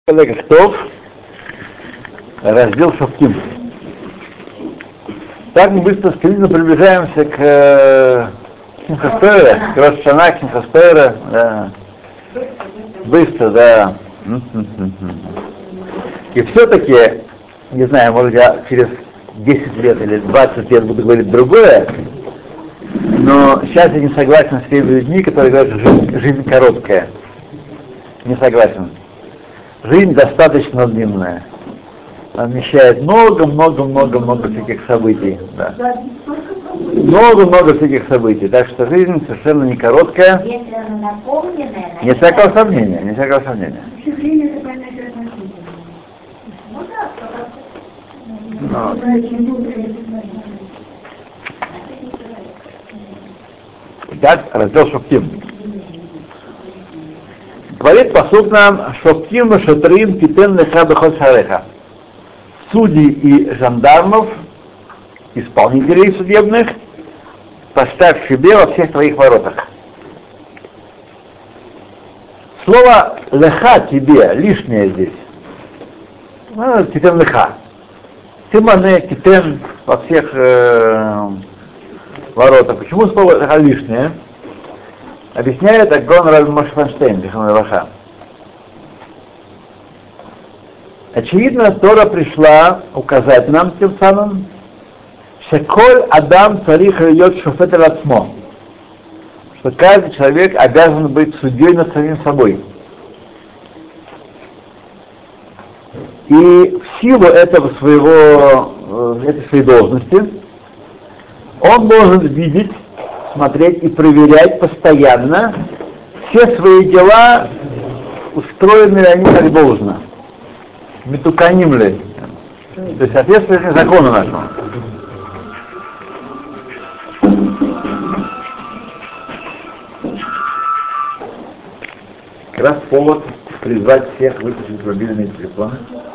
Коллега Ктов, раздел Шофтим. Так мы быстро стремительно приближаемся к Симхас-Тойре, к Рош Шана, к Симхас-Тойре, да. Быстро, да. И все-таки, не знаю, может я через 10 лет или 20 лет буду говорить другое, но сейчас я не согласен с теми людьми, которые говорят, что жизнь короткая. Не согласен. Жизнь достаточно длинная. Она вмещает много всяких событий. Да. Много всяких событий. Так что жизнь совершенно не короткая. Если она наполненная, Не всякого сомнения, не всякого сомнения. Итак, раздел Шофтим. Говорит посуд нам: Шофтим шатрим китен леха бехот шареха. Судей и жандармов, исполнителей судебных, поставь себе во всех твоих воротах. Слово леха тебе лишнее здесь. Китен леха. Тимане китен во всех воротах. Почему слово леха лишнее? Объясняет Агон Раби Моше Файнштейн, Зихроно левраха. Очевидно, Тора пришла указать нам тем самым, что коль Адам царих льет шофет эль ацмо, что каждый человек обязан быть судьей над самим собой. И в силу этой своей должности он должен видеть, смотреть и проверять постоянно, все свои дела, устроены ли они как должно. Метуканим ли. То есть соответствует ли закону нашему. Как раз повод призвать всех выключить мобильные телефоны.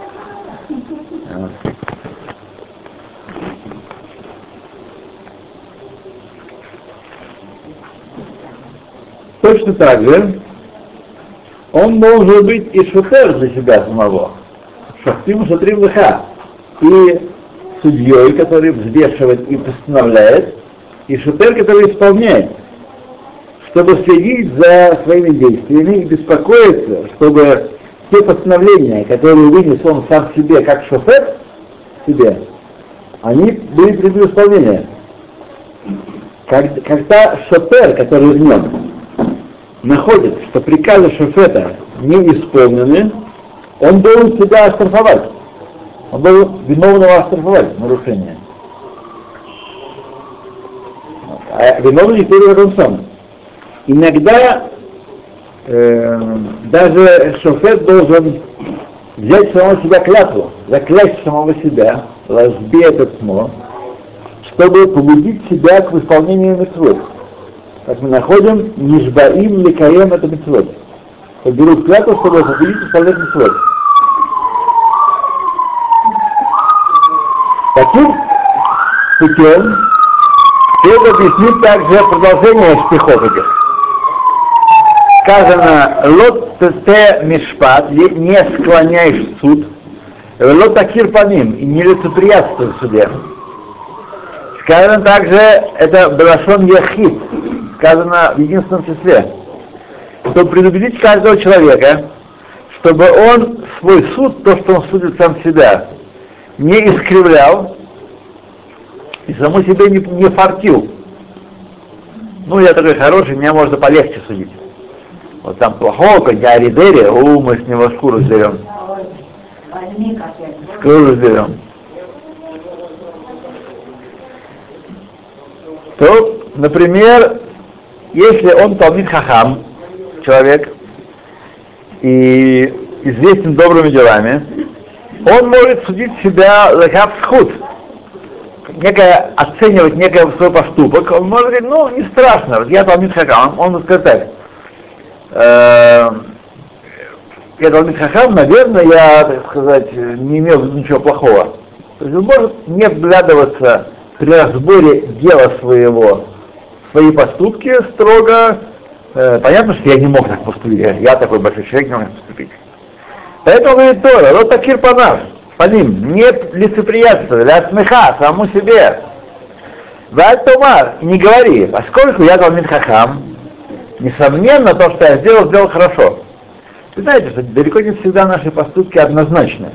Точно так же он должен быть и шофер для себя самого, шофтим шатрим леха, и судьей, который взвешивает и постановляет, и шофер, который исполняет, чтобы следить за своими действиями и беспокоиться, чтобы те постановления, которые вынес он сам себе как шофер себе, они были приведены в исполнение. Когда шофер, который в нем, находит, что приказы шофета не исполнены, он должен себя оштрафовать. Он должен виновного оштрафовать нарушение. А виновный теперь он сам. Иногда даже шофет должен взять самого себя клятву, заклясть самого себя, разбить этот смо, чтобы побудить себя к исполнению мицвот. Как мы находим, нишбаим лекаем это мицвот. Берут клятву, чтобы победить исполнять мицвот. Таким путем это объяснит также продолжение стихов этих. Сказано, лот те мишпат, не склоняешь в суд, лот такир по ним, и не лицеприятствуй в суде. Сказано также, это Белашон Яхид, сказано в единственном числе, чтобы предупредить каждого человека, чтобы он свой суд, то, что он судит сам себя, не искривлял и саму себе не фартил. Ну, я такой хороший, меня можно полегче судить. Вот там плохого, как я Аридери, мы с него шкуру сдерем. Шкуру сдерем. То, например, если он талмид хахам, человек, и известен добрыми делами, он может судить себя лехав схуд, оценивать некий свой поступок, он может говорить, ну, не страшно, вот я талмид хахам, он может сказать так, я талмид хахам, наверное, я, так сказать, не имел ничего плохого. То есть он может не вглядываться при разборе дела своего, свои поступки строго. Понятно, что я не мог так поступить, я такой большой человек, не мог так поступить. Поэтому говорит Тора, вот такир по ним, не лицеприятствуй, для смеха, самому себе. Валь Томар, не говори, поскольку я Талмид Хахам, несомненно, то, что я сделал хорошо. Вы знаете, что далеко не всегда наши поступки однозначны.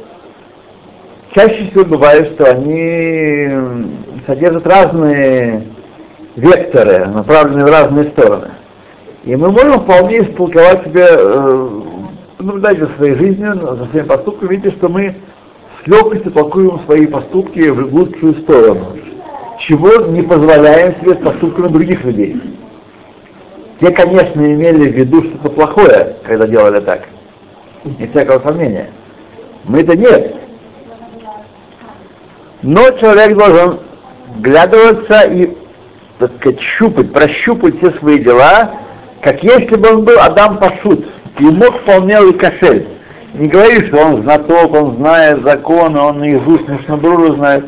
Чаще всего бывает, что они содержат разные векторы, направленные в разные стороны. И мы можем вполне истолковать себе, наблюдайте за своей жизнью, за своими поступками, видите, что мы с легкостью толкуем свои поступки в лучшую сторону, чего не позволяем себе с поступками других людей. Те, конечно, имели в виду что-то плохое, когда делали так. Не всякого сомнения. Мы-то нет. Но человек должен вглядываться и, так сказать, прощупать все свои дела, как если бы он был Адам Пашут, и мог вполне кошель. Не говори, что он знаток, он знает законы, он наизусть Мишнабруру знает.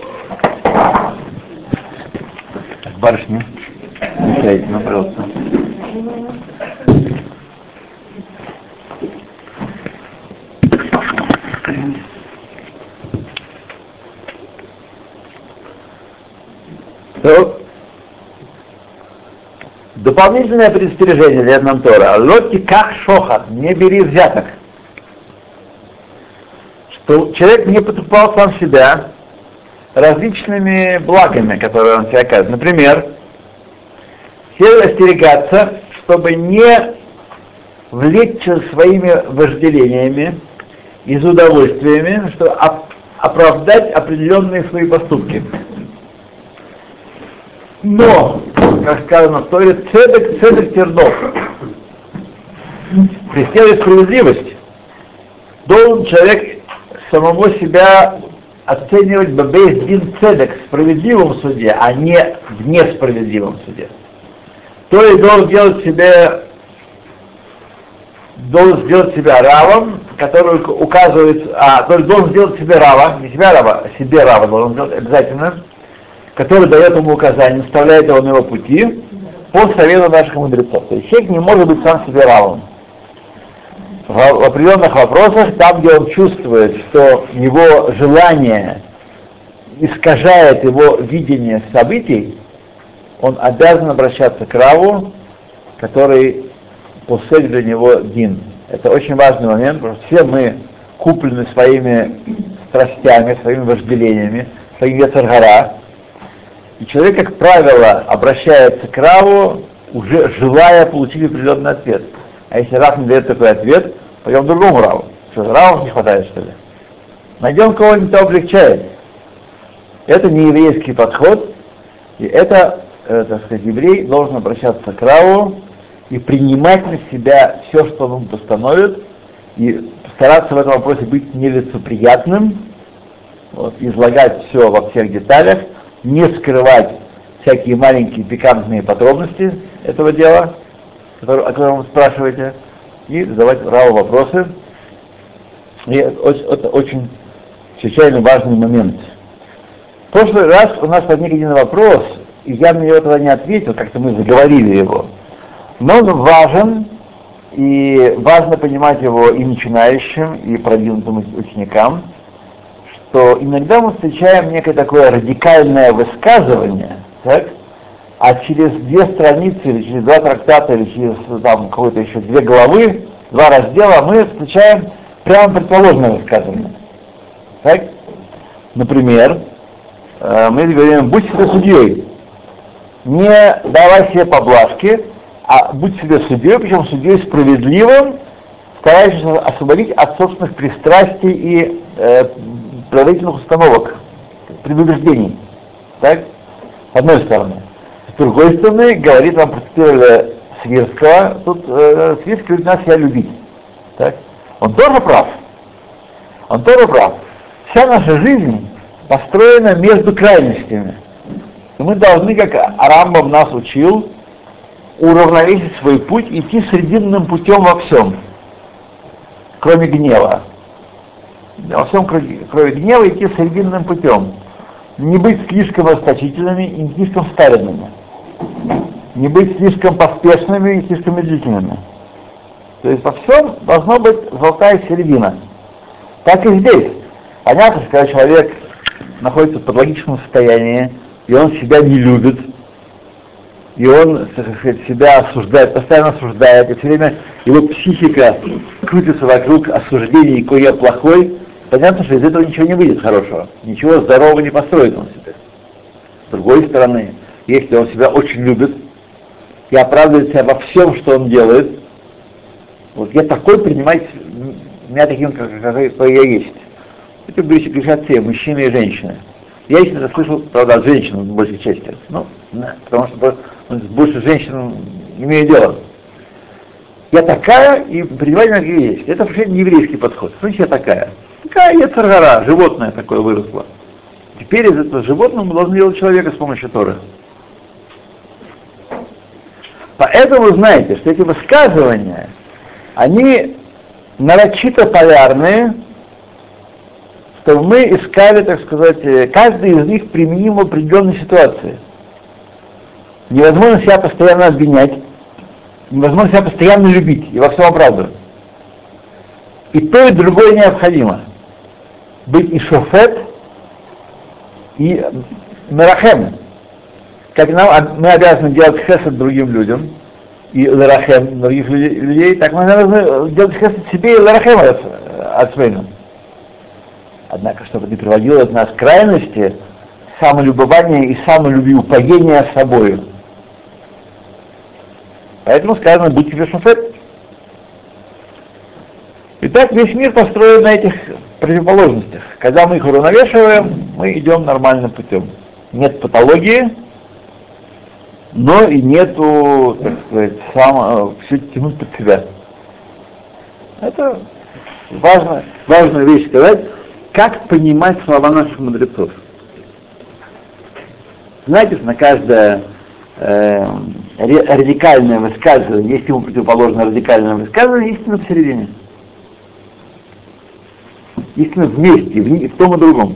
Барышня, сядьте, пожалуйста. Дополнительное предостережение для нам Тора. Лотти как шохат, не бери взяток. Что человек не подкупал сам себя различными благами, которые он себе оказывает. Например, все остерегаться, чтобы не влечься своими вожделениями и удовольствиями, чтобы оправдать определенные свои поступки. Но, как сказано в Торе, цедек тернов, преследует справедливость, должен человек самого себя оценивать бабейс-дин цедек в справедливом суде, а не в несправедливом суде. То есть должен сделать себя равом, который указывает, то есть должен сделать себе рава, не себя рава, а себе рава должен сделать обязательно, который дает ему указания, наставляет его на его пути по совету наших мудрецов. То есть человек не может быть сам себе равным. В определенных вопросах, там, где он чувствует, что его желание искажает его видение событий, он обязан обращаться к раву, который посылает для него дин. Это очень важный момент, потому что все мы куплены своими страстями, своими вожделениями, своим яцер-гара. И человек, как правило, обращается к раву, уже желая получить определенный ответ. А если рав не дает такой ответ, пойдем к другому раву. Что, равов не хватает, что ли? Найдем кого-нибудь, кто облегчает. Это не еврейский подход, и это, так сказать, еврей должен обращаться к раву и принимать на себя все, что он ему постановит, и стараться в этом вопросе быть нелицеприятным, излагать все во всех деталях, не скрывать всякие маленькие пикантные подробности этого дела, о котором вы спрашиваете, и задавать раву вопросы. И это очень чрезвычайно важный момент. В прошлый раз у нас возник один вопрос, и я на него тогда не ответил, как-то мы заговорили его. Но он важен, и важно понимать его и начинающим, и продвинутым ученикам, что иногда мы встречаем некое такое радикальное высказывание, так, а через 2 страницы, или через 2 трактата, или через там какое-то еще 2 главы, 2 раздела, мы встречаем прямо противоположное высказывание. Так? Например, мы говорим, будь себе судьей, не давай себе поблажки, а будь себе судьей, причем судьей справедливым, старающимся освободить от собственных пристрастий и правительных установок, предубеждений. Так? С одной стороны. С другой стороны, говорит вам, процитировали Свирского, тут Свирский говорит, нас себя любить. Так? Он тоже прав. Вся наша жизнь построена между крайностями. И мы должны, как Рамбам нас учил, уравновесить свой путь, идти срединным путем во всем, кроме гнева. Во всем, кроме гнева, идти срединным путем. Не быть слишком расточительными и не слишком старинными. Не быть слишком поспешными и слишком медлительными. То есть во всем должна быть золотая середина. Так и здесь. Понятно, что когда человек находится в патологическом состоянии, и он себя не любит, и он, так сказать, себя осуждает, постоянно осуждает, и все время его психика крутится вокруг осуждений, какой я плохой, понятно, что из этого ничего не выйдет хорошего, ничего здорового не построит он себе. С другой стороны, если он себя очень любит и оправдывает себя во всем, что он делает, вот я такой, принимайте меня таким, какой я есть. Это грешат все, мужчины и женщины. Я лично это слышал, правда, от женщин в большей части. Ну, потому что больше женщин имею дело. Я такая, и принимайте меня, как я есть. Это вообще не еврейский подход. Значит, я такая. Такая яцер-гара, животное такое выросло. Теперь из этого животного мы должны делать человека с помощью Торы. Поэтому знаете, что эти высказывания, они нарочито полярные, чтобы мы искали, так сказать, каждый из них применим в определенной ситуации. Невозможно себя постоянно обвинять, невозможно себя постоянно любить и во всем оправдывать. И то, и другое необходимо. Быть и шофет, и мерахем. Как мы обязаны делать хесед другим людям, и лерахем других людей, так мы должны делать хесед себе и лерахем от своего. Однако, чтобы не приводило от нас к крайности самолюбования и самолюбиупоения собою. Поэтому сказано, будьте же шофет. Итак, весь мир построен на этих противоположностях. Когда мы их уравновешиваем, мы идем нормальным путем. Нет патологии, но и нету, так сказать, все тянуть под себя. Это важная вещь сказать, как понимать слова наших мудрецов. Знаете, что на каждое радикальное высказывание, есть ему противоположное радикальное высказывание, истина посередине. Истина вместе, в том и другом.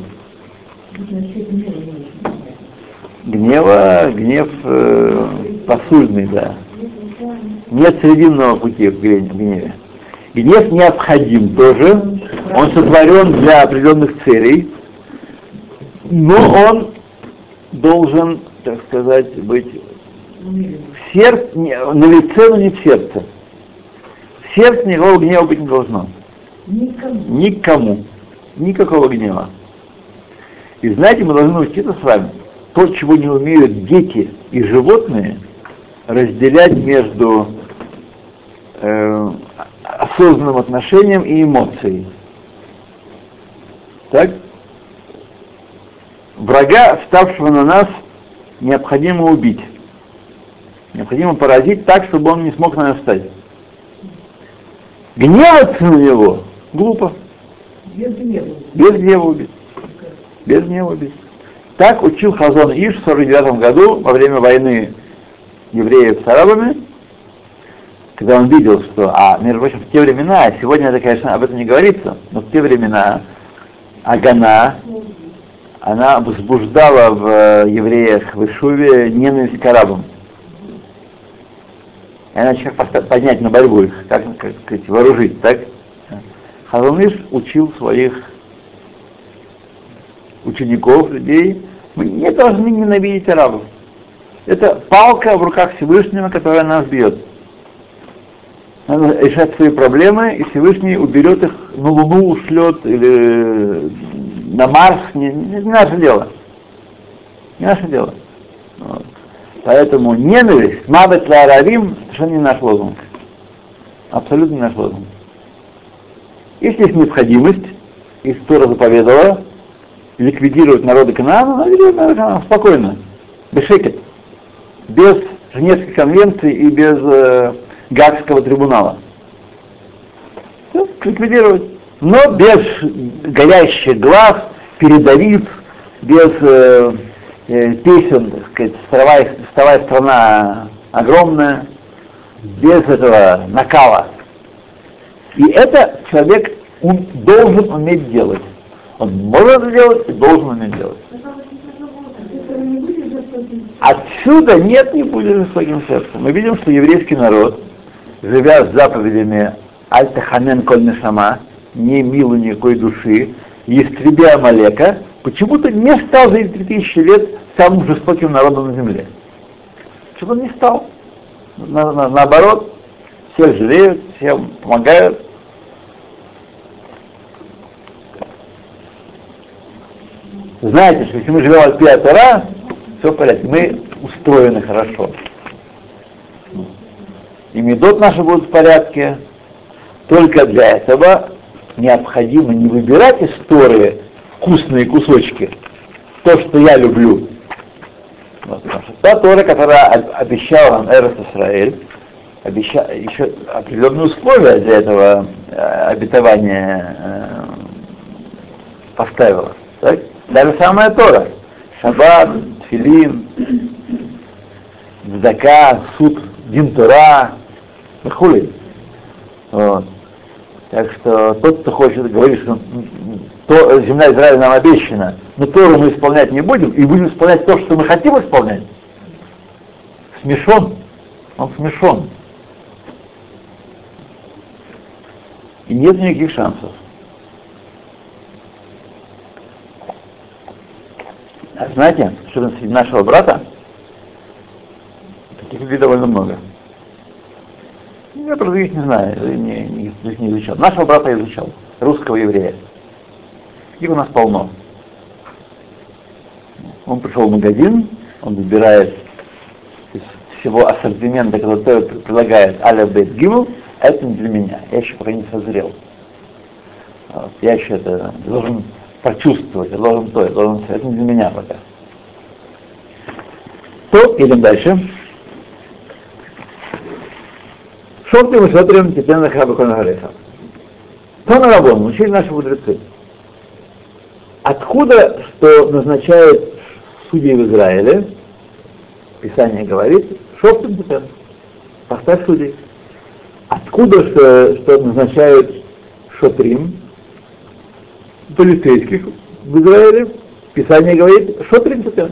Гнев посульный, да. Нет срединного пути в гневе. Гнев необходим тоже, он сотворен для определенных целей, но он должен, так сказать, быть в сердце, на лице, но не в сердце. В сердце никакого гнева быть не должно. Никому. Никакого гнева. И знаете, мы должны научиться с вами, то, чего не умеют дети и животные, разделять между осознанным отношением и эмоцией. Так? Врага, вставшего на нас, необходимо убить. Необходимо поразить так, чтобы он не смог на нас встать. Гневаться на него глупо. Без гнева убить. Без гнева убить. Так учил Хазон Иш в 49 году во время войны евреев с арабами, когда он видел, что, между прочим, в те времена, сегодня это, конечно, об этом не говорится, но в те времена Агана, она возбуждала в евреях в Ишуве ненависть к арабам. И она как поднять на борьбу их, как сказать, вооружить, так? Хазон Иш учил своих учеников, людей, мы не должны ненавидеть арабов. Это палка в руках Всевышнего, которая нас бьет. Надо решать свои проблемы, и Всевышний уберет их, на Луну ушлет, или на Марс, не наше дело. Не наше дело. Вот. Поэтому ненависть, мавет ла-аравим, совершенно не наш лозунг. Абсолютно не наш лозунг. Если есть необходимость, и Тора заповедала, ликвидировать народы Канаана, надо делать народы Канаана спокойно, без шекет, без Женевской конвенции и без Гаагского трибунала. Все, ликвидировать. Но без горящих глаз, передавив, без песен, так сказать, вставая страна огромная, без этого накала. И это человек должен уметь делать. Он может это делать и должен уметь делать. Отсюда не будет жестоким сердцем. Мы видим, что еврейский народ живя с заповедями Аль-Таханен Коль Нешама, не милу никакой души, истребя Амалека, почему-то не стал за эти 3000 лет самым жестоким народом на земле. Почему он не стал? Наоборот, всех жалеют, всем помогают. Знаете, что если мы живем от Пиа Тора, все в порядке, мы устроены хорошо. И медот наши будут в порядке. Только для этого необходимо не выбирать из Торы вкусные кусочки, то, что я люблю. Вот, потому что та Тора, которая обещала нам Эрес Исраэль, еще определенные условия для этого обетования поставила. Так? Даже самая Тора. Шаббат, Тфилин, Цдака, суд, Дин Тора, хули. Вот. Так что тот, кто хочет говорить, что земля Израиля нам обещана, но Тору мы исполнять не будем, и будем исполнять то, что мы хотим исполнять, смешон. Он смешон. И нет никаких шансов. А знаете, что среди нашего брата таких людей довольно много. Я просто их не знаю, не изучал. Нашего брата изучал, русского еврея. Их у нас полно. Он пришел в магазин, он выбирает из всего ассортимента, который предлагает Аля Бет Гимл, это не для меня, я еще пока не созрел. Вот. Я еще это должен почувствовать, я должен то, я должен все, это не для меня пока. То, идем дальше. Шоптим и смотрим, теперь на Хабакона Гареха. То на работу учили наши мудрецы. Откуда, что назначает судей в Израиле, Писание говорит, Шоптим теперь, поставь судей. Откуда, что назначают Шотрим, полицейских в Израиле, Писание говорит, Шотрим теперь.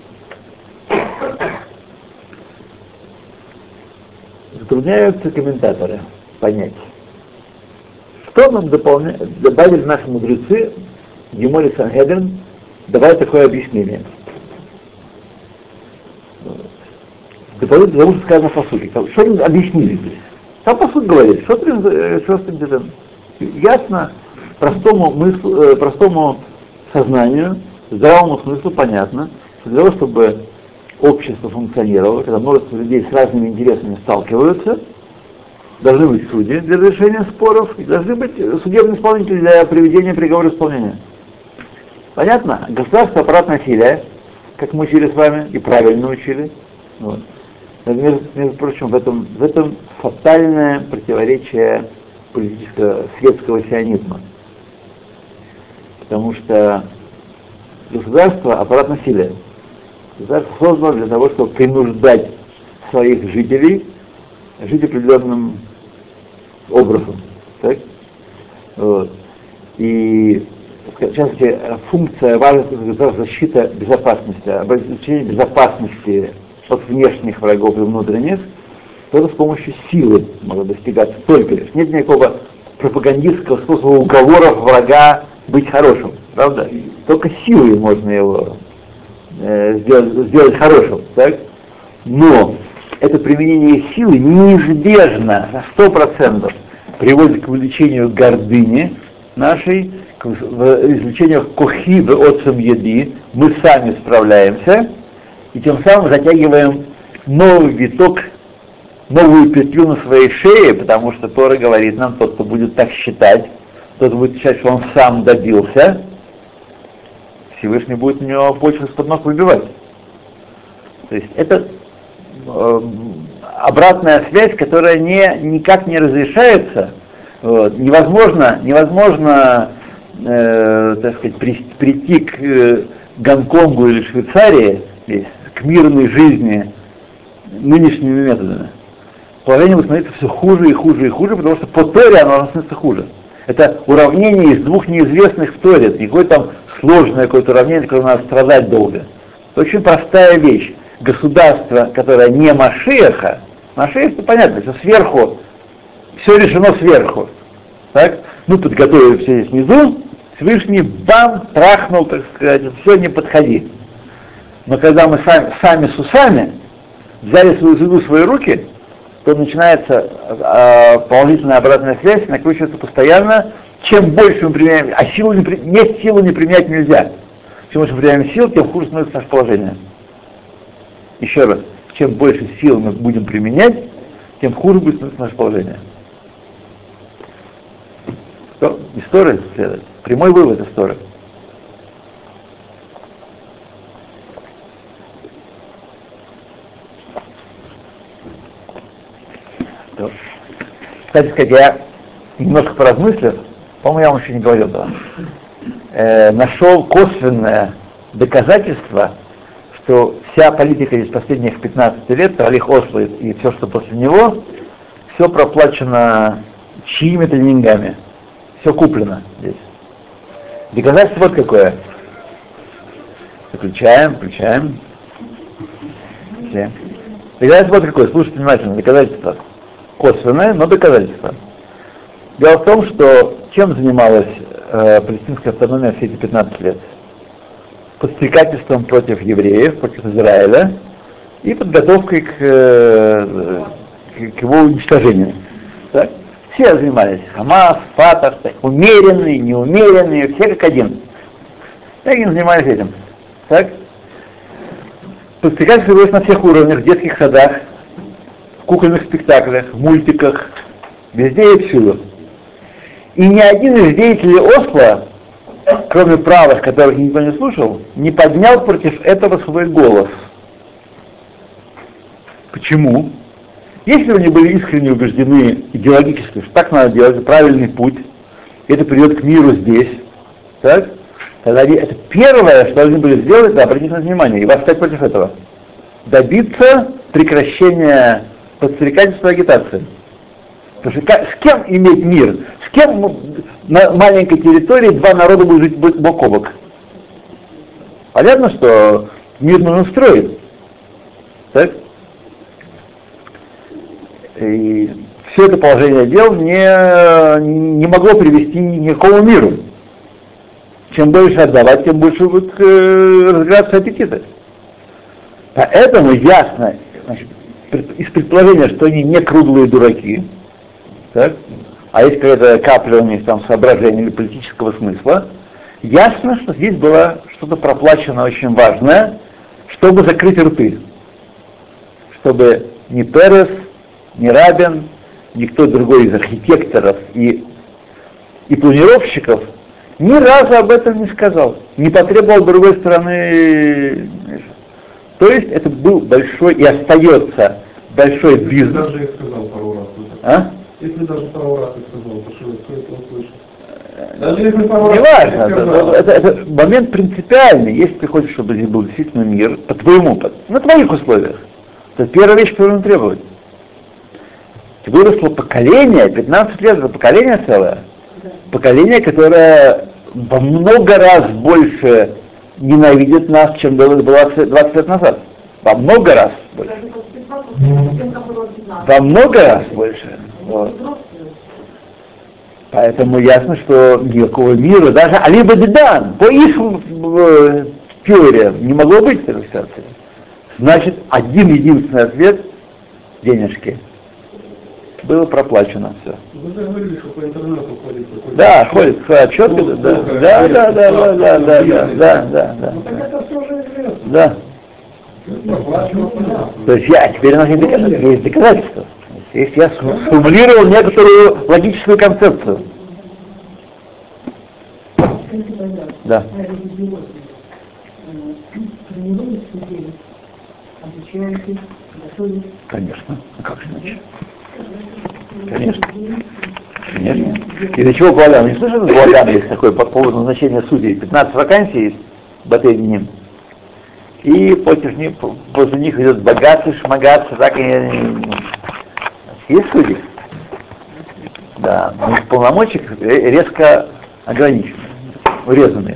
Затрудняются комментаторы понять, что нам добавили наши мудрецы, Гемор и Сангедрин, давая такое объяснение. Дополнительно тому, что сказано по сути. Что они объяснили здесь? Там по сути говорит, что ясно, простому сознанию, здравому смыслу понятно, что для того, чтобы общество функционировало, когда множество людей с разными интересами сталкиваются, должны быть судьи для решения споров, и должны быть судебные исполнители для приведения приговора исполнения. Понятно? Государство аппарат насилия, как мы учили с вами, и правильно учили. Вот. Между прочим, в этом фатальное противоречие политического, светского сионизма. Потому что государство аппарат насилия. Государство создано для того, чтобы принуждать своих жителей жить определенным образом. Так? Вот. И в частности, функция важности государства защита безопасности, обеспечение безопасности от внешних врагов и внутренних, только с помощью силы можно достигаться только лишь. Нет никакого пропагандистского способа уговоров врага быть хорошим, правда? Только силой можно его сделать хорошим, так? Но это применение силы неизбежно на 100% приводит к увеличению гордыни нашей, к извлечению кохи в отцем еды, мы сами справляемся, и тем самым затягиваем новый виток, новую петлю на своей шее, потому что Тора говорит нам, тот, кто будет так считать, тот будет считать, что он сам добился, Всевышний будет у него почву из-под ног выбивать. То есть это обратная связь, которая никак не разрешается. Вот. Невозможно так сказать, прийти к Гонконгу или Швейцарии, к мирной жизни нынешними методами. Положение будет становиться все хуже и хуже и хуже, потому что по Торе оно становится хуже. Это уравнение из двух неизвестных в Торе. Это не какое-то там сложное какое-то уравнение, которое надо страдать долго. Это очень простая вещь. Государство, которое не Машиаха, Машиах, это понятно, что сверху все решено сверху. Так? Ну, подготовили все здесь внизу, Всевышний бам, трахнул, так сказать, все, не подходи. Но когда мы сами с усами взяли свою судьбу в свои руки, то начинается положительная обратная связь, накручивается постоянно. Чем больше мы применяем, а силу не применять нельзя. Чем больше мы применяем сил, тем хуже становится наше положение. Еще раз, чем больше сил мы будем применять, тем хуже будет становиться наше положение. Что? История следует. Прямой вывод истории. Кстати сказать, я немножко поразмыслив, по-моему, я вам еще не говорил этого, нашел косвенное доказательство, что вся политика из последних 15 лет, Талих Осло и все, что после него, все проплачено чьими-то деньгами. Все куплено здесь. Доказательство вот какое. Включаем. Все. Доказательство вот какое, слушайте внимательно, доказательство. Косвенное, но доказательство. Дело в том, что чем занималась палестинская автономия все эти 15 лет? Подстрекательством против евреев, против Израиля и подготовкой к его уничтожению. Так? Все занимались. Хамас, Фатах, умеренные, неумеренные, все как один. Так они занимались этим. Так? Подстрекательство велось на всех уровнях, в детских садах, в кукольных спектаклях, в мультиках, везде и всюду. И ни один из деятелей Осло, кроме правых, которых никто не слушал, не поднял против этого свой голос. Почему? Если они были искренне убеждены идеологически, что так надо делать, это правильный путь, это приведет к миру здесь, так? Тогда это первое, что должны были сделать, это обратить на внимание и восстать против этого. Добиться прекращения подстрекательства и агитации. Потому что с кем иметь мир? С кем на маленькой территории два народа будут жить бок о бок? Понятно, что мир нужно строить. Так? И все это положение дел не могло привести ни к какому миру. Чем больше отдавать, тем больше будут разгораться аппетиты. Поэтому ясно, значит, из предположения, что они не круглые дураки, так? А есть какая-то капля у них там соображения или политического смысла, ясно, что здесь было что-то проплачено очень важное, чтобы закрыть рты. Чтобы ни Перес, ни Рабин, никто другой из архитекторов и планировщиков ни разу об этом не сказал, не потребовал другой стороны. То есть это был большой и остается большой бизнес. Даже их сказал пару раз. А? Если даже пару раз их сказал, то что это услышит? Неважно, это момент принципиальный. Если ты хочешь, чтобы здесь был действительно мир, по твоему, на твоих условиях, то первая вещь, которую нужно требовать. Выросло поколение, 15 лет, это поколение целое. Поколение, которое во много раз больше ненавидит нас, чем было 20 лет назад. Во много раз больше. Во много раз больше. Вот. Поэтому ясно, что никакого мира, даже Алиба Дедан, по их теориям, не могло быть в этой ситуации. Значит, один единственный ответ — денежки. Было проплачено все. Вы же говорили, что по интернету ходит какой-то... Да, ходит отчетки, да. Ну так это все уже известно. Да. То есть теперь у нас есть доказательства. Есть я сформулировал некоторую логическую концепцию. Да. Конечно. А как же иначе? Конечно. Конечно. И для чего Гуалям? Не слышали, Гуалям есть такой по поводу назначения судей. 15 вакансий есть в Батэ-Диним. И после них идет богатый, шмагатый, так и есть судьи. Да, но их полномочия резко ограничены, урезанные.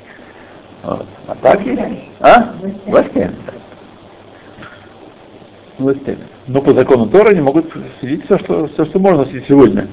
Вот. А так есть? А? Власти? властями. Но по закону Торы они могут судить все, что можно судить сегодня.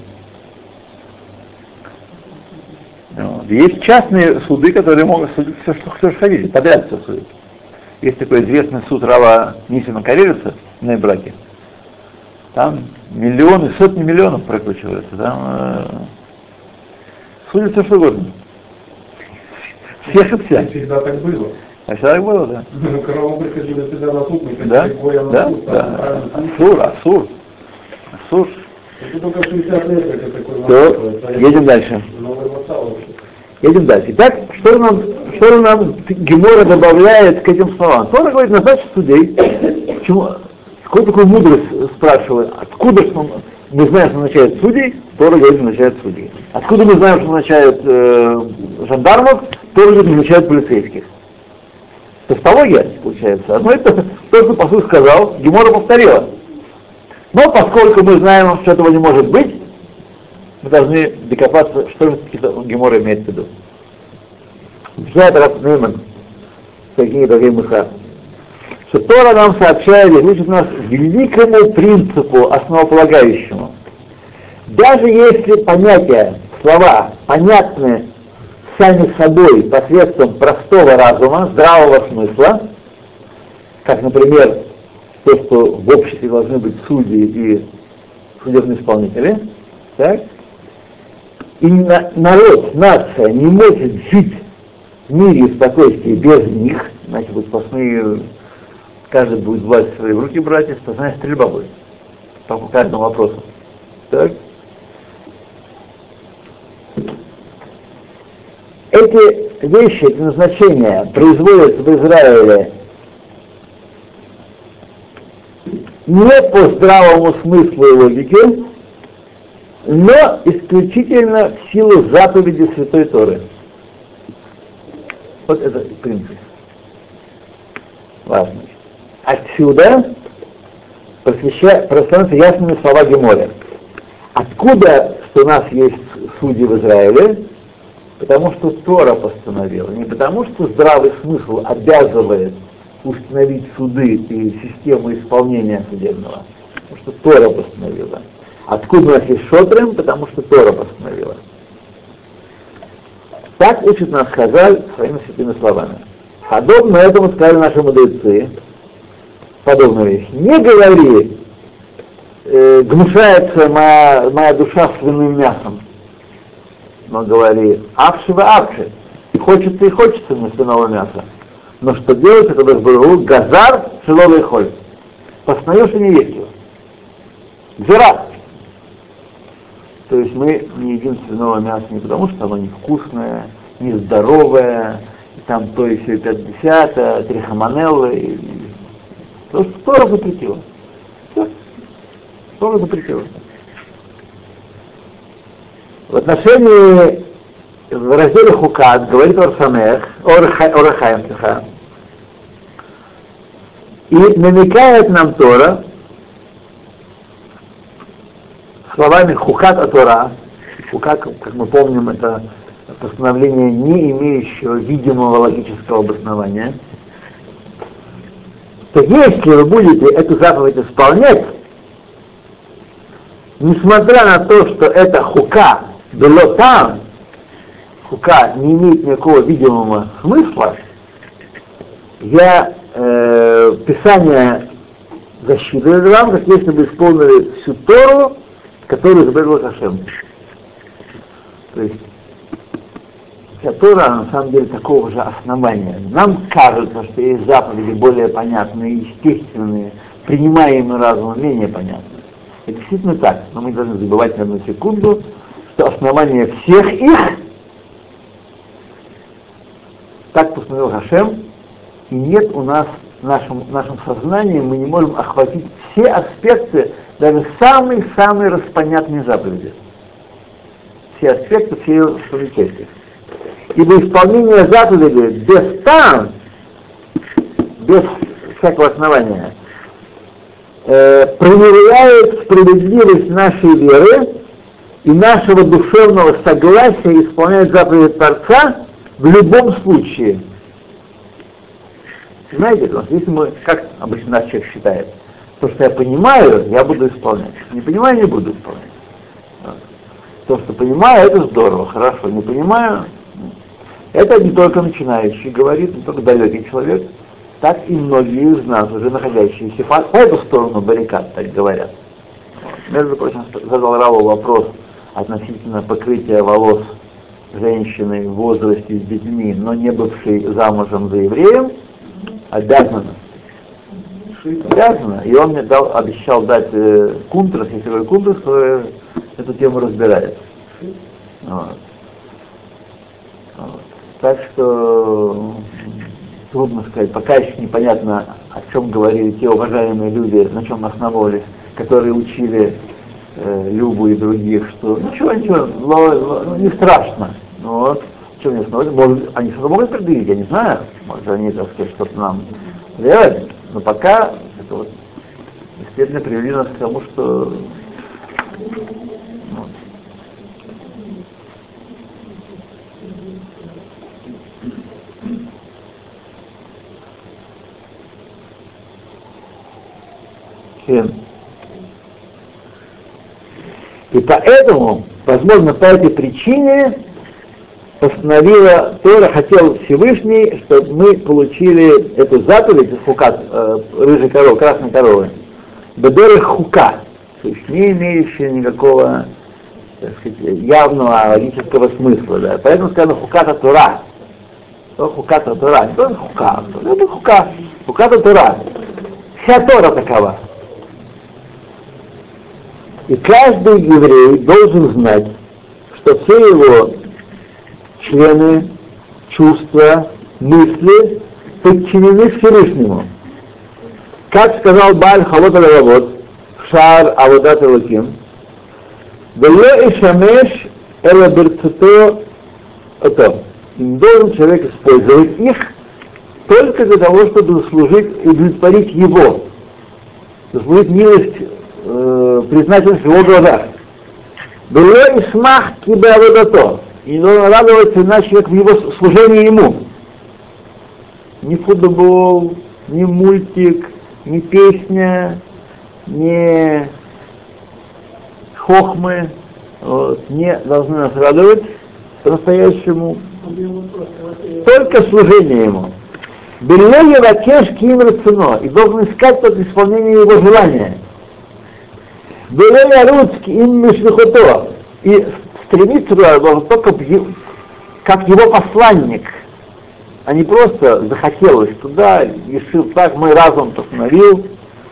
Вот. Есть частные суды, которые могут судить все, что хотите, подряд все судят. Есть такой известный суд Рава Нисима Карелица на браке. Там миллионы, сотни миллионов прокручиваются. Там судят все, что угодно. Всех и вся. Всегда так было. А всегда так было, да. Корову приходили всегда на суд, не Да, приходили да. Асур. Это только 60 лет, это такой То, едем дальше. Новый вассал вообще. Едем дальше. Итак, что нам Гемора добавляет к этим словам? Тора говорит, назначить судей. Почему? Какую такую мудрость спрашивает? Откуда мы знаем, что назначают судей? Тора говорит, что назначают судей. Откуда мы знаем, что назначают жандармов? Тора говорит, что назначают полицейских. Тавтология, получается. Одно это то, что посуд сказал, Гемора повторила. Но поскольку мы знаем, что этого не может быть, мы должны докопаться, что же Гемора имеет в виду. Объясняет Рав Нейман, такие дорогие муха, что Тора нам сообщает и учит нас великому принципу, основополагающему. Даже если понятия, слова понятны сами собой посредством простого разума, здравого смысла, как, например, то, что в обществе должны быть судьи и судебные исполнители, так? И народ, нация не может жить в мире и спокойствии без них, значит, будут сплошные, каждый будет власть свои в руки брать, и сплошная стрельба будет по каждому вопросу. Так? Эти вещи, эти назначения производятся в Израиле не по здравому смыслу и логике, но исключительно в силу заповеди Святой Торы. Вот это принцип. Важно. Отсюда становятся ясными слова Гемора. Откуда, что у нас есть судьи в Израиле? Потому что Тора постановила. Не потому что здравый смысл обязывает установить суды и систему исполнения судебного. Потому что Тора постановила. Откуда у нас есть шотрем? Потому что Тора постановила. Так учит нас Хазаль своими святыми словами. Подобно этому сказали наши мудрецы. Подобную вещь. Не говори, гнушается моя душа свиным мясом. Но говори, авши. И хочется мне свиного мяса. Но что делать, это Башбургу, газар, шеловый холь. Постановил, что не есть его. Гзира. То есть мы не едим свиного мяса не потому, что оно невкусное, нездоровое, там то и все 50, трихомонеллы. То, что Тора запретила. Все. Тора запретила. В отношении, в разделе Хукат, говорит Орахаим, и намекает нам Тора словами Хукат от Тора. Хукат, как мы помним, это постановление, не имеющего видимого логического обоснования. То если вы будете эту заповедь исполнять, несмотря на то, что это хука было там, хука не имеет никакого видимого смысла, Писание засчитывает вам, как если бы исполнили всю Тору, которую заповедовал Хашем. То есть вся Тора, на самом деле, такого же основания. Нам кажется, что есть заповеди более понятные, естественные, принимаемые разумом, менее понятные. Это действительно так, но мы не должны забывать на одну секунду, что основание всех их так постановил Хашем, и нет у нас в нашем сознании, мы не можем охватить все аспекты, даже самые распонятные заповеди. Все аспекты, все ее части. Ибо исполнение заповеди без всякого основания, проверяет справедливость нашей веры и нашего душевного согласия исполнять заповеди Творца в любом случае. Знаете, если мы, как обычно наш человек считает, То, что я понимаю, я буду исполнять. Не понимаю, не буду исполнять. Вот. То, что понимаю, это здорово, хорошо. Не понимаю, это не только начинающий говорит, не только далекий человек, так и многие из нас, уже находящиеся по эту сторону баррикад, так говорят. Вот. Между прочим, задал Раву вопрос относительно покрытия волос женщины в возрасте с детьми, но не бывшей замужем за евреем, обязана. Обязана. И он мне обещал дать кунтрас, если говорю кунтрас, то эту тему разбирает. Вот. Вот. Так что трудно сказать, пока еще непонятно, о чем говорили те уважаемые люди, на чем основывались, которые учили Любу и других, что ничего, не страшно. Вот. Чем не основывались? Может, они что-то могут предъявить, я не знаю. Может, они, так сказать, что-то нам делают. Но пока это вот действительно привели нас к тому, что и поэтому, возможно, по этой причине постановила Тора, хотел Всевышний, чтобы мы получили эту заповедь, хукат, рыжей коровы, красной коровы, бедеры хука, то есть не имеющая никакого, так сказать, явного логического смысла. Да. Поэтому сказано хуката Тора. То хуката Тора, не только хука, это хука, хуката Тора. Вся Тора такова. И каждый еврей должен знать, что все его члены, чувства, мысли подчинены Всевышнему. Как сказал Бааль Халот аль-Авод, Шар Аводат Элоким, «Вело ишамеш эла берцуто ото». Не должен человек использовать их только для того, чтобы заслужить и удовлетворить его, заслужить милость, признательность в его глазах. «Вело ишмах кибе аводато». И он радоваться иначе, как в его служении ему. Ни футбол, ни мультик, ни песня, ни хохмы не должны нас радовать по-настоящему. Только служение ему. Белье вакеш ким рацуно, и должен искать под исполнение его желания. Белье русский им мишлихото, и стремиться туда должен только как его посланник, а не просто захотелось туда, решил так, мой разум постановил.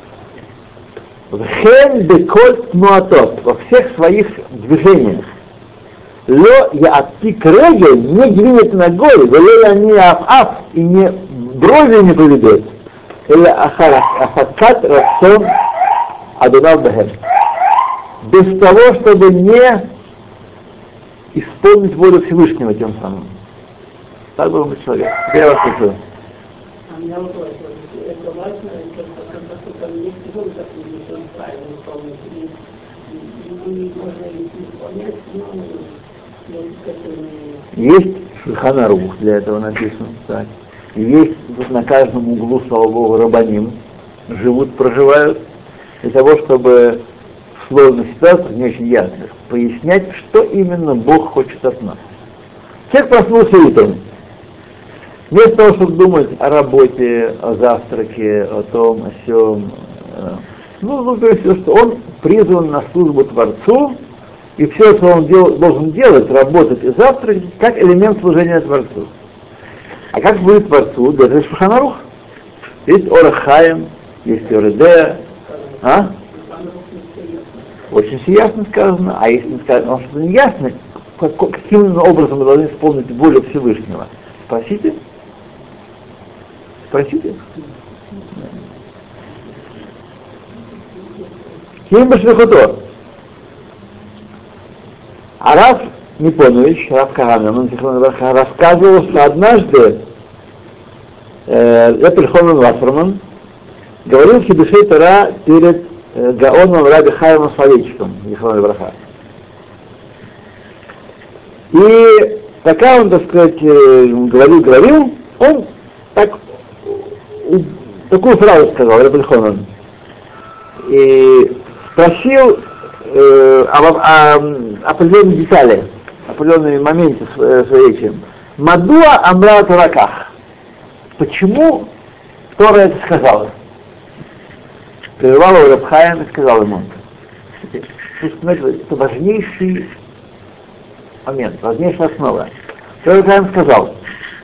Хен деколь тнуатот, во всех своих движениях. Ло я оттик регель, не двинет ногой, вело я не аф, и не брови не поведет. Или ахакат рацон адонав бахем. Без того, чтобы не исполнить волю Всевышнего тем самым. Так был бы человек. Теперь я вас слушаю. А у меня вопрос. Это важно, что там есть всего такой, что он правильно выполнить. И можно их исполнять, но есть Шульхан Арух, для этого написано. Так. И есть тут на каждом углу, слава Богу, рабаним живут, проживают, для того, чтобы в сложных ситуациях, не очень ясно, пояснять, что именно Бог хочет от нас. Человек проснулся утром. Вместо того, чтобы думать о работе, о завтраке, о том, о сём, то есть, что он призван на службу Творцу, и все, что он должен делать, работать и завтракать, как элемент служения Творцу. А как будет Творцу? Даже Шульхан Арух. Есть Орах Хаим, есть Йоредея. Очень все ясно сказано, а если не сказано, что не ясно, каким образом мы должны исполнить волю Всевышнего? Спросите. Кем Башлихото? А Рав Непонович, Рав Каганан, он рассказывал, что однажды Эпельхонен Вассерман говорил Хидушей Тора перед Гаоном Раби Хаимом Соловейчиком, Ехроной Браха. И пока он, так сказать, говорил, он такую фразу сказал, Раби Хонан. и спросил о определенной детали, определенные моменты своей речи. Мадуа амра тараках. Почему Тора это сказала? Прервал его Рав Хаим и сказал ему. Это важнейший момент, важнейшая основа. Рав Хаим сказал,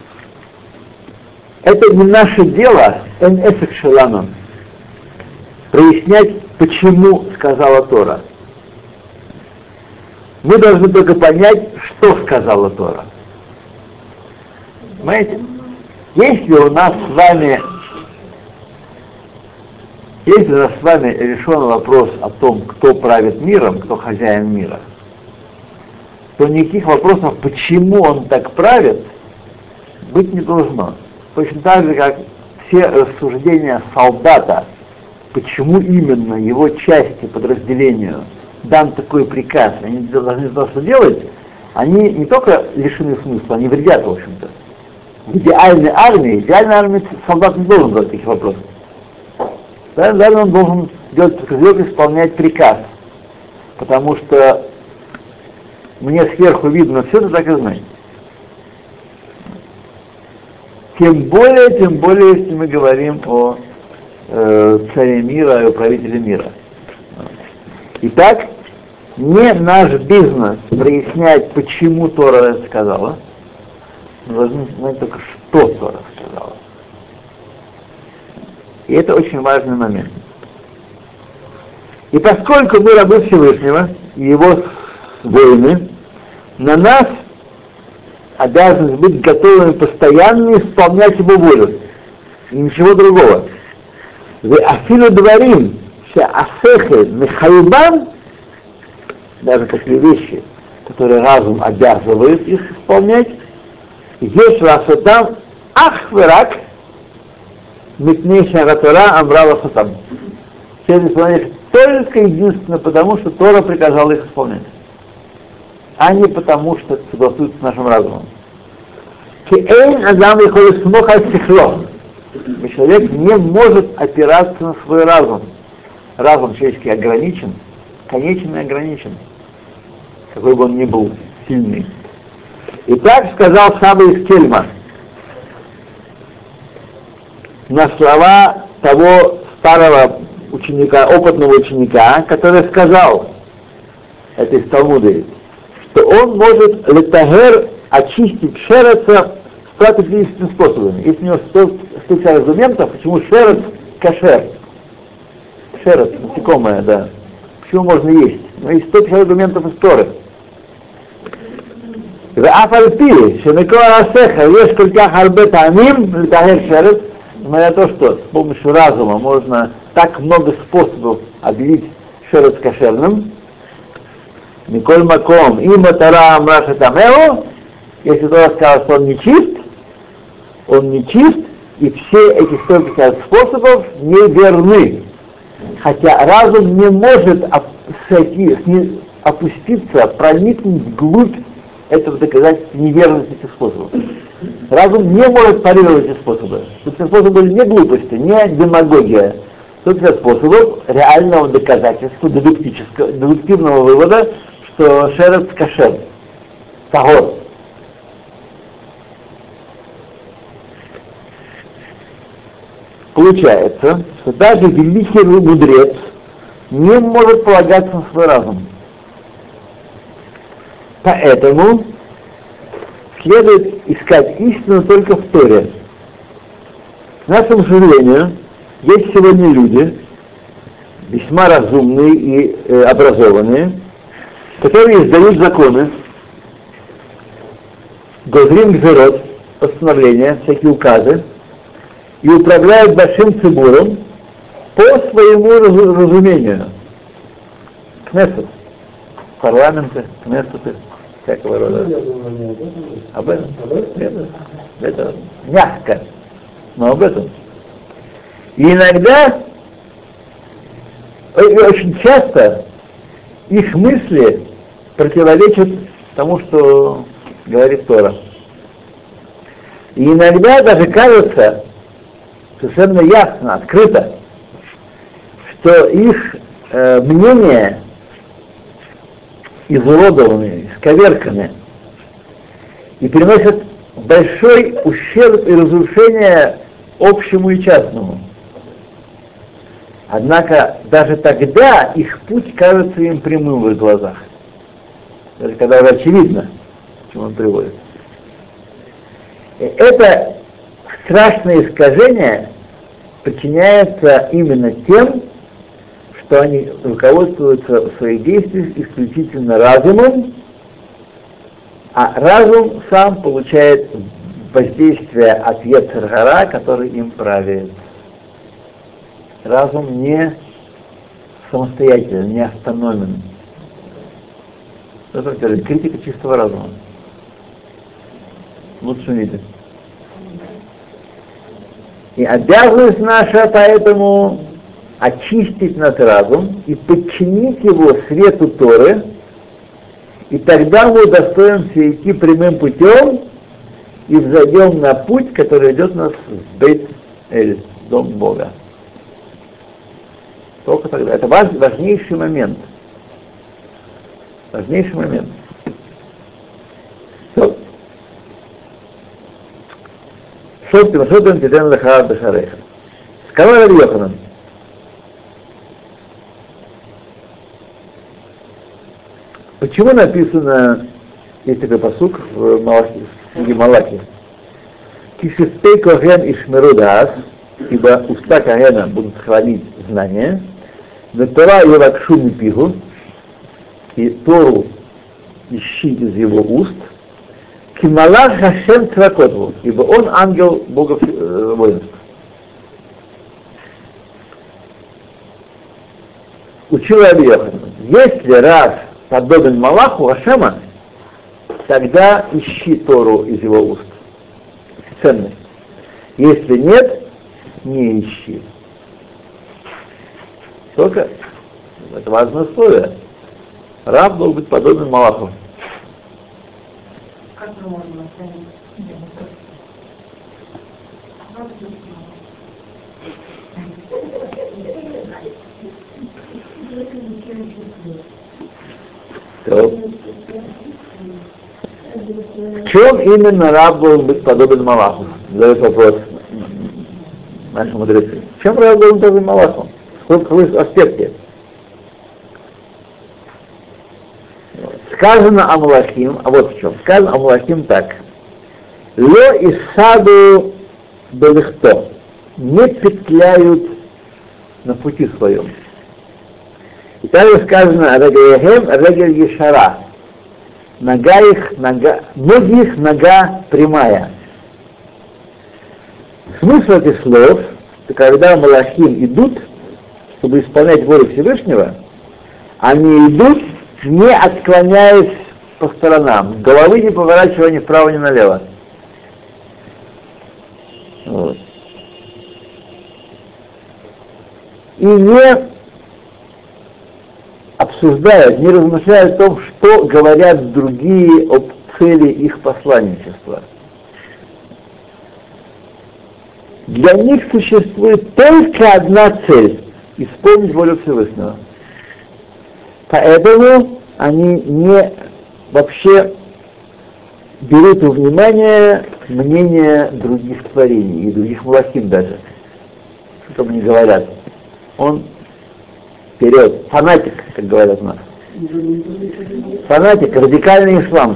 это не наше дело, эн эфек шелану, прояснять, почему сказала Тора. Мы должны только понять, что сказала Тора. Понимаете? Если у нас с вами решен вопрос о том, кто правит миром, кто хозяин мира, то никаких вопросов, почему он так правит, быть не должно. Точно так же, как все рассуждения солдата, почему именно его части, подразделению дан такой приказ, они должны знать, что делать, они не только лишены смысла, они вредят, в общем-то. В идеальной армии солдат не должен задать таких вопросов. Далее он должен исполнять приказ, потому что мне сверху видно все, это так и знать. Тем более, если мы говорим о царе мира и о правителе мира. Итак, не наш бизнес прояснять, почему Тора это сказала. Мы должны знать только, что Тора сказала. И это очень важный момент. И поскольку мы рабы Всевышнего и его воины, на нас обязанность быть готовыми постоянно исполнять его волю. И ничего другого. Вы афилу дворим, ше'асехе мехайбан, даже такие вещи, которые разум обязывает их исполнять, есть ласотам ахверак митнейшая гатора амрала сатам. Все это исполняют только единственно потому, что Тора приказала их исполнять, а не потому, что это согласуется с нашим разумом. Человек не может опираться на свой разум. Разум человеческий ограничен, конечен и ограничен, какой бы он ни был сильный. И так сказал Саба из Кельма на слова того старого ученика, опытного ученика, который сказал, это из Талмуда, что он может летагер очистить шереца стратегическими способами. Есть у него 100 аргументов, почему шерец кашер. Шерец, насекомое, да. Почему можно есть? Но есть 100 аргументов из Торы. Несмотря на то, что с помощью разума можно так много способов объявить шерец кошерным, Николь Маком, има Тара Амраша Тамео, если Тора сказал, что он не чист, и все эти 150 способов неверны. Хотя разум не может опуститься, проникнуть вглубь этого доказательства неверности этих способов. Разум не может парировать эти способы. Эти способы были не глупости, не демагогия. 150 способов реального доказательства, дедуктивного вывода, что шерец кашер, тагор. Получается, что даже великий мудрец не может полагаться на свой разум. Поэтому следует искать истину только в Торе. К нашему сожалению, есть сегодня люди, весьма разумные и образованные, которые издают законы, гозрим гзерот, постановления, всякие указы, и управляют большим цибуром по своему разумению. Кнессет, парламенты, кнессеты, всякого рода. Об этом? Это мягко, но об этом. И иногда, и очень часто, их мысли противоречат тому, что говорит Тора. И иногда даже кажется совершенно ясно, открыто, что их мнения изуродованы, исковерканы и приносят большой ущерб и разрушение общему и частному. Однако даже тогда их путь кажется им прямым в их глазах. Даже когда уже очевидно, к чему он приводит. И это страшное искажение причиняется именно тем, что они руководствуются в своих действиях исключительно разумом, а разум сам получает воздействие от Йецер Гара, который им правит. Разум не самостоятельный, не автономен. Это критика чистого разума. В лучшем виде. И обязанность наша поэтому очистить наш разум и подчинить его свету Торы, и тогда мы удостоимся идти прямым путем и взойдем на путь, который ведет нас в Бейт-Эль, дом Бога. Только тогда. Это важнейший момент. Важнейший момент. Шотим титен леха бешареха. Сказал Раби Йоханан. Почему написано, есть такой пасук в книге Малахи, «Кишифтей коген ишмеру даас», ибо уста когена будут хранить знания, «Ветора евакшу мипигу», и Тору ищи из его уст, «Кималах хашем цвакотву», ибо он ангел Бога воинств. Учил Раби Йоханан, если раз подобен Малаху Ашема, тогда ищи Тору из его уст. Ценность. Если нет, не ищи. Только это важное условие. Раб должен быть подобен Малаху. Как мы можем оценить? В чем именно раб должен быть подобен Малаху? Задает вопрос наши мудрецы. В чем раб должен быть подобен Малаху? В каком аспекте? Сказано о Малахим, а вот в чем. Сказано о Малахим так. Ло исаду белихто. Не петляют на пути своем. И также сказано «Регелехем регель ешара». Ноги их нога прямая. Смысл этих слов, что когда Малахим идут, чтобы исполнять волю Всевышнего, они идут, не отклоняясь по сторонам, головы не поворачивая ни вправо, ни налево. Вот. И не обсуждают, не размышляют о том, что говорят другие об цели их посланничества. Для них существует только одна цель — исполнить волю Всевышнего. Поэтому они не вообще берут во внимание мнение других творений, и других Малахим даже, что там они говорят. Он вперед, фанатик, как говорят у нас. Фанатик, радикальный ислам.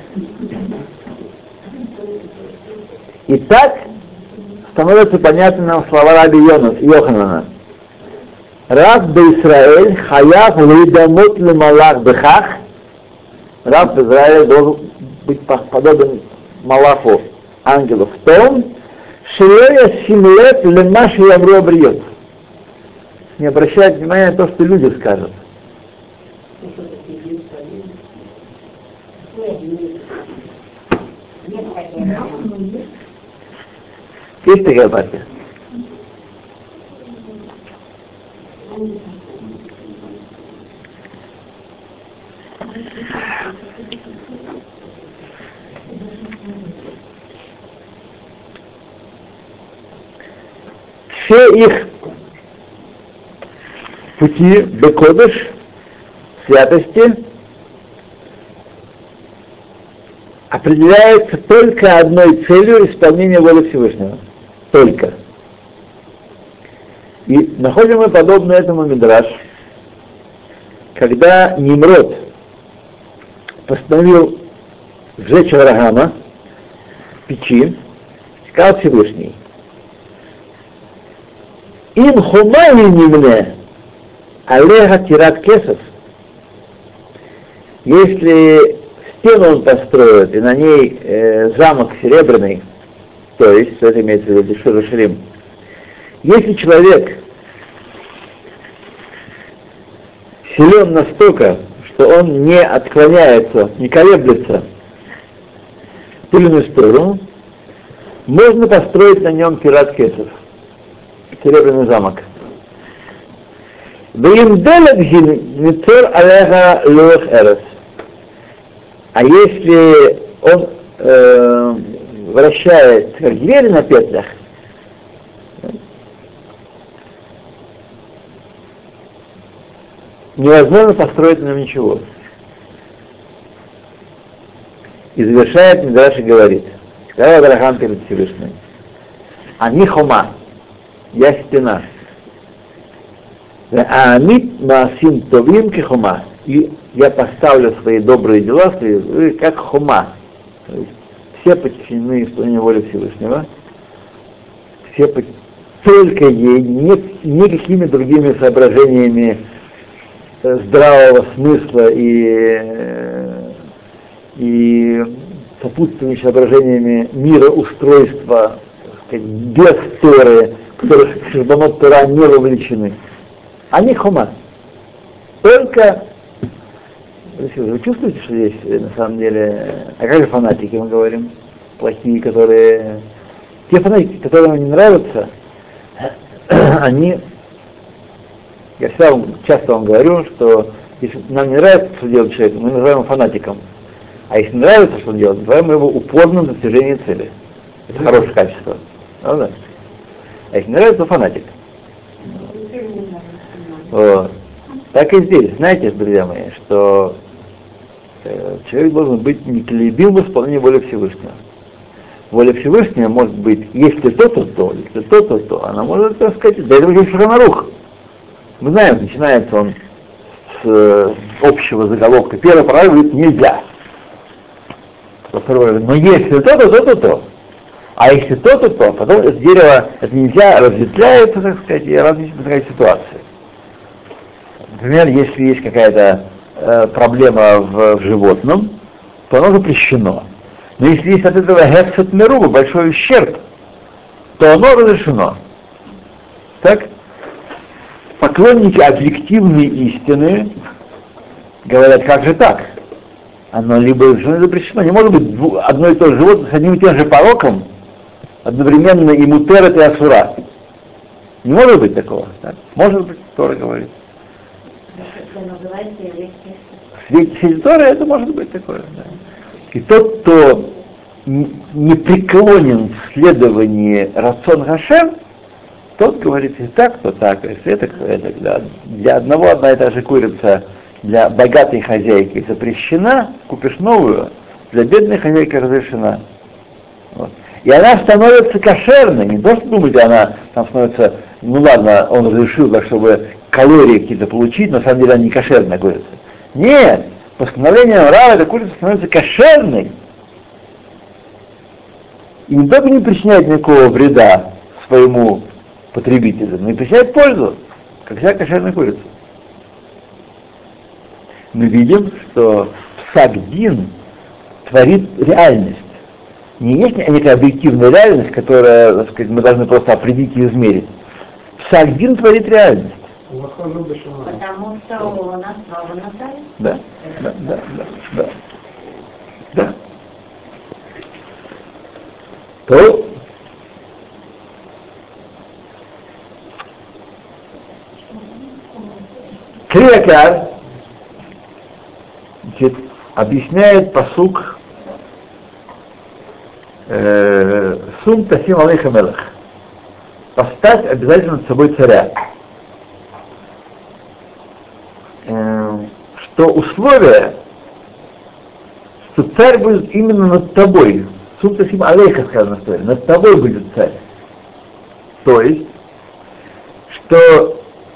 И так становятся понятны нам слова Раби Йоханана. Раб бе-Исраэль хаяв лидамот ле-малах бехах. Раб Израиля должен быть подобен Малаху, ангелу, в том, шелея симлет ле-маши ямру абриот. Не обращает внимания на то, что люди скажут. Есть такая партия? Все их пути Бекодыш, святости, определяется только одной целью исполнения воли Всевышнего. Только. И находим мы подобно этому мидраш, когда Нимрод постановил сжечь Авраама в печи, сказал Всевышний: «Им хумали нимне, алеха тират кесов». Если стену он построит, и на ней замок серебряный, то есть, что это имеется в виду, Шурашрим, если человек силен настолько, что он не отклоняется, не колеблется в ту или иную сторону, можно построить на нем тират кесов, серебряный замок. А если он вращает как двери на петлях, невозможно построить на нем ничего. И завершает Мидраш и говорит: сказал Авраам перед Всевышним: «Ани хома, я стена. Аамит маасим товим кихома». И я поставлю свои добрые дела, как хома. То есть все подчинены исполнению воли Всевышнего, все только ей, никакими другими соображениями здравого смысла и сопутствующими соображениями мироустройства, без Торы, которых Шишбанот Тора не вовлечены. Они хома. Только, вы чувствуете, что здесь на самом деле, а как же фанатики, мы говорим, плохие, которые, те фанатики, которые нам не нравятся, они, я всегда часто вам говорю, что если нам не нравится, что делает человек, мы называем его фанатиком. А если нравится, что он делает, называем его упорным в достижении цели. Это хорошее качество. Правда? А если не нравится, то фанатик. Вот. Так и здесь. Знаете, друзья мои, что человек должен быть неколебим в исполнении воли Всевышнего. Воля Всевышнего может быть, если то-то, то, если то-то, то. Она может, так сказать, до этого есть Шулхан Арух. Мы знаем, начинается он с общего заголовка. Первый параграф говорит: нельзя. Второй говорит: но если то-то, то-то, то. А если то-то, то, потом это дерево, это нельзя, разветвляется, так сказать, и различная такая ситуация. Например, если есть какая-то проблема в животном, то оно запрещено. Но если есть от этого гефсет меруба, большой ущерб, то оно разрешено. Так? Поклонники объективной истины говорят: как же так? Оно либо запрещено. Не может быть одно и то же животное с одним и тем же пороком одновременно и мутерет, и асура. Не может быть такого. Так? Может быть, Тора говорит. В свете Торы это может быть такое. Да. И тот, кто не преклонен в следовании рацион Хашем, тот говорит и так, то так. Если это для одного одна и та же курица для богатой хозяйки запрещена, купишь новую, для бедной хозяйки разрешена. Вот. И она становится кошерной, не то, что думаете, она там становится, ну ладно, он разрешил, так, чтобы калории какие-то получить, на самом деле она не кошерная курица. Нет, постановлением Рава эта курица становится кошерной. И не только не причиняет никакого вреда своему потребителю, но и причиняет пользу, как вся кошерная курица. Мы видим, что Псак-Дин творит реальность. Не есть некая объективная реальность, которая, так сказать, мы должны просто определить и измерить. Псак-Дин творит реальность. Потому что он основан на Торе. Да. То Криакар, значит, объясняет пасук Сум Тасим Алейха Мелах. Поставь обязательно над собой царя. что условие, что царь будет именно над тобой. Сумтасим алейха сказано в Торе, над тобой будет царь. То есть, что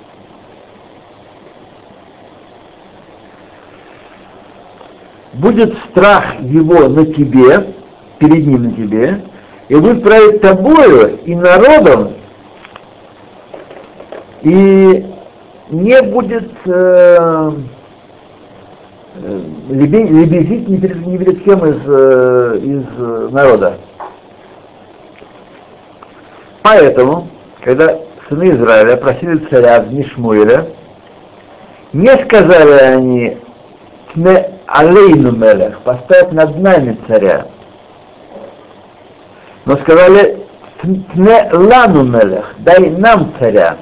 будет страх его на тебе, перед ним на тебе, и будет править тобою и народом, и не будет лебезить ни перед кем из народа. Поэтому, когда сыны Израиля просили царя в дни Шмуэля, не сказали они «Тне алейну мелех», поставь над нами царя, но сказали «Тне лану мелех», дай нам царя.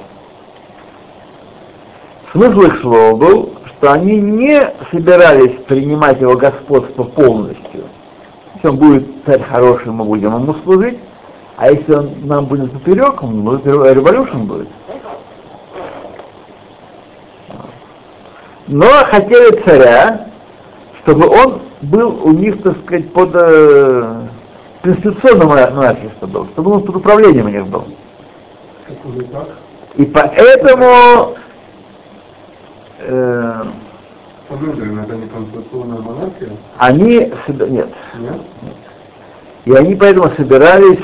Смысл их слова был, что они не собирались принимать его господство полностью. Если он будет царь хороший, мы будем ему служить, а если он нам будет поперек, революшн будет. Но хотели царя, чтобы он был у них, так сказать, под конституционным монархистом был, чтобы он под управлением у них был. И поэтому это не конституционная монархия? Они нет. И они поэтому собирались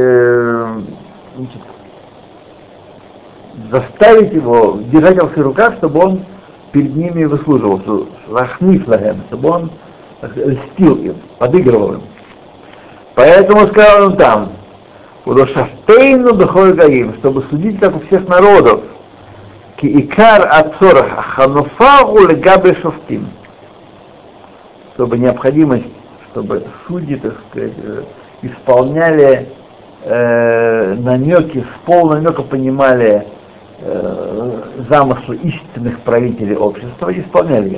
заставить его, держать его в своих руках, чтобы он перед ними выслуживался, чтобы он льстил им, подыгрывал им. Поэтому сказал он там, «Удошафтейну бехой гаим», чтобы судить, как у всех народов, «Ки-икар ацорах ахануфагу легаbe шофтим», чтобы необходимость, чтобы судьи, так сказать, исполняли намеки, с полным намеком понимали замыслы истинных правителей общества и исполняли их.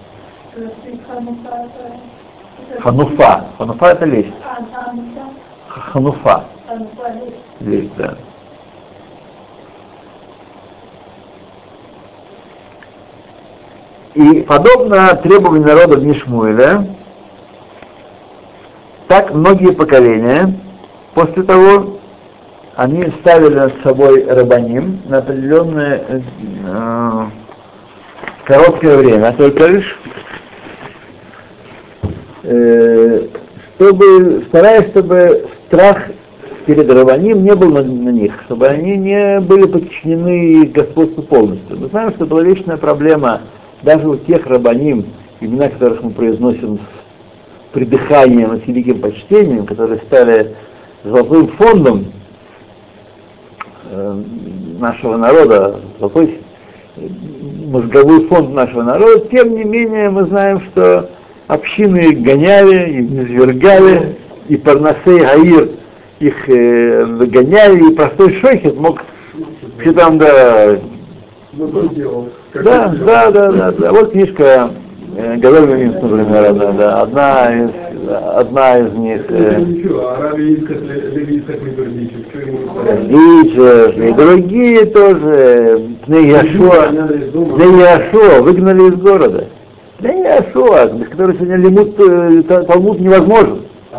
Хануфа. Хануфа это лесть. Хануфа. Лесть, да. И подобно требованию народа в дни Шмуэля, так многие поколения после того они ставили над собой рабаним на определенное короткое время, только лишь стараясь, чтобы страх перед рабаним не был на них, чтобы они не были подчинены господству полностью. Мы знаем, что была вечная проблема даже у тех рабаним, имена которых мы произносим с придыханием и с великим почтением, которые стали золотым фондом нашего народа, золотой мозговой фонд нашего народа, тем не менее мы знаем, что общины их гоняли, их низвергали, и Парнасей Гаир их выгоняли, и простой шохет мог все там, да. Да. Вот книжка Гадоль Миминс, например, да. Одна из них. И другие тоже. Пней Яшуа выгнали из города. Пней Яшуа, без которого сегодня лимут Талмуд невозможен.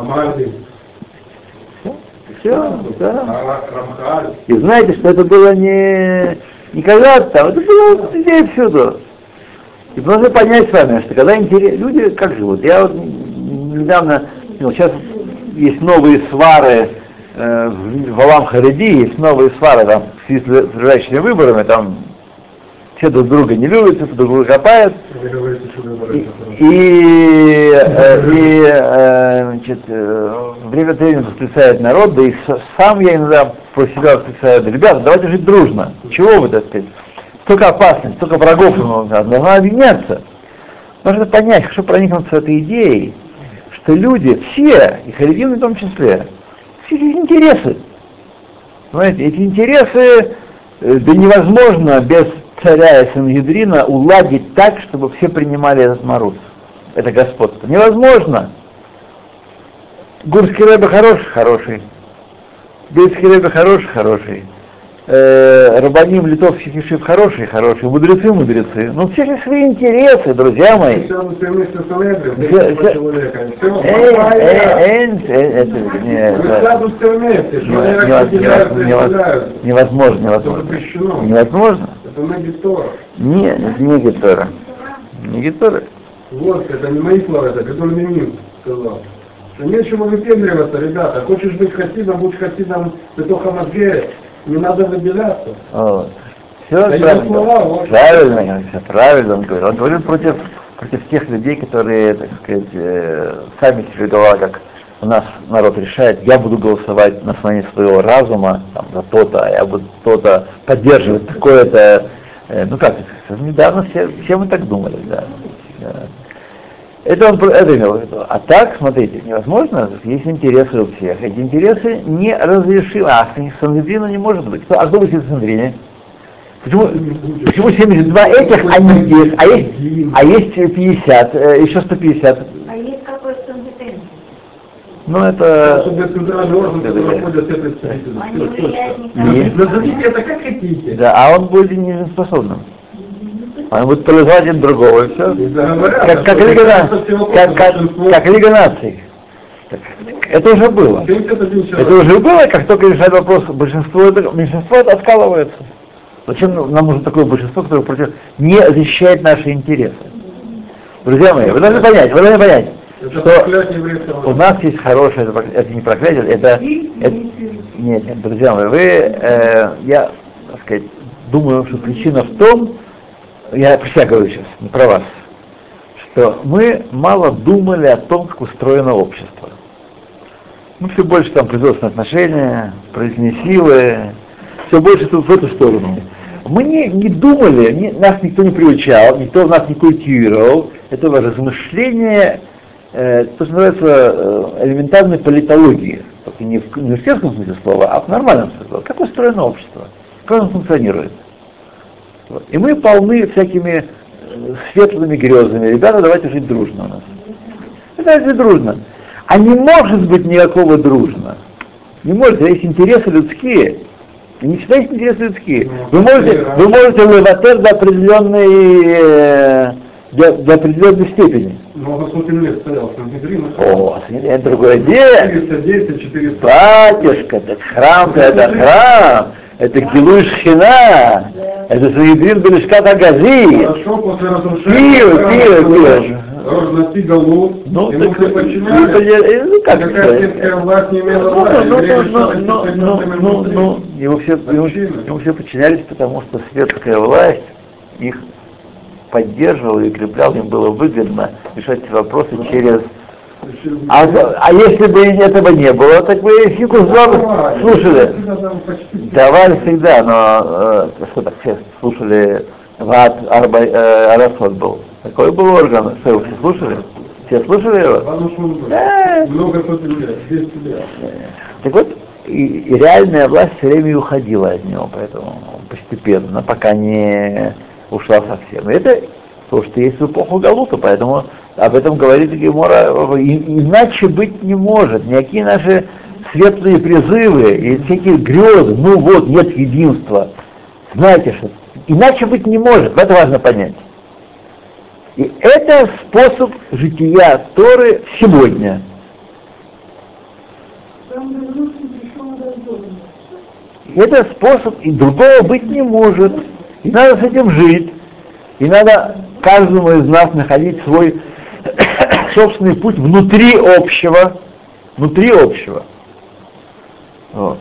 Все, да. И знаете, что это было не когда-то там, это было везде всюду. И нужно понять с вами, что когда люди как живут. Я вот недавно, сейчас есть новые свары в Алам Хареди, есть новые свары там с ближайшими выборами, там все друг друга не любят, все друг друга копают. Время от времени восклицает народ, да и сам я иногда про себя восклицаю: ребята, давайте жить дружно. Чего вы, так сказать? Столько опасностей, столько врагов, нужно объединяться. Нужно понять, что проникнуться этой идеей, что люди, все, и харидимы в том числе, все эти интересы, понимаете, эти интересы, да невозможно без царя и Сангедрина уладить так, чтобы все принимали этот маруц, это господство. Невозможно. Гурский рэбе хороший, Бельский рэбе хороший, рабаним литовских ешив хорошие, мудрецы. Но у всех есть свои интересы, друзья мои. Невозможно. Нет, это не Гетора. Не Гетора. Вот, это не мои слова, это который Ленин сказал. Что нечего выпендриваться, ребята. Хочешь быть хасидом, будь хасидом Бетоха Мазгея. Не надо выделяться. Вот. Все правильно, все правильно он говорит. Он говорит против тех людей, которые, так сказать, сами себе говорят, как у нас народ решает, я буду голосовать на основании своего разума там, за то-то, а я буду то-то поддерживать такое-то. Ну как, недавно все мы так думали, да. Это имел в виду. А так, смотрите, невозможно, есть интересы у всех. Эти интересы неразрешимы. А Санхедрина не может быть. А кто будет в Санхедрине? Почему 72 этих, а не здесь? А есть 50, еще 150. А есть какой Санхедрин? Ну это... Назовите это как хотите. Да, а он будет неспособным. Он будет производить другого, и все. Как Лига наций. Это уже было. Это уже было, как только решает вопрос, меньшинство откалывается. Зачем нам нужно такое большинство, которое не защищает наши интересы? Друзья мои, вы должны понять, что у нас есть хорошее, это не проклятие, это нет, друзья мои, я, так сказать, думаю, что причина в том, я про себя говорю сейчас, не про вас, что мы мало думали о том, как устроено общество. Мы все больше там производственные отношения, производственные силы, все больше в эту сторону. Мы не думали, нас никто не приучал, никто нас не культивировал этого размышления, то, что называется элементарной политологии, только не в университетском смысле слова, а в нормальном смысле слова. Как устроено общество, как оно функционирует. Вот. И мы полны всякими светлыми грезами. Ребята, давайте жить дружно у нас. Давайте жить дружно. А не может быть никакого дружно. Не может, есть интересы людские. И не всегда есть интересы людские. Вы можете леватер до определенной степени. Но он 8 лет стоял в Санхедрин. О, это другое дело. 410, 400. Батюшка, это храм. Это Гилуй Шхина, это Санхедрин Белишкат Агази. Хорошо, после разрушения разнести голову, ему все подчинялись. Ну как какая светская власть не имела власти. Ему все подчинялись, потому что светская власть их поддерживала и укрепляла, им было выгодно решать эти вопросы через... А если бы этого не было, так бы фикус слушали. Давали всегда, но что так все слушали, Ват Арасот был. Такой был орган, что вы все слушали? Все слушали его? Много сотен лет, 200 лет. Так вот, и реальная власть все время уходила от него, поэтому постепенно, пока не ушла совсем. Это то, что есть в эпоху Галута, поэтому об этом говорит Гемора, иначе быть не может. Никакие наши светлые призывы и всякие грезы, ну вот, нет единства. Знаете, что иначе быть не может, это важно понять. И это способ жития Торы сегодня. Это способ, и другого быть не может. И надо с этим жить. И надо каждому из нас находить свой собственный путь внутри общего. Вот.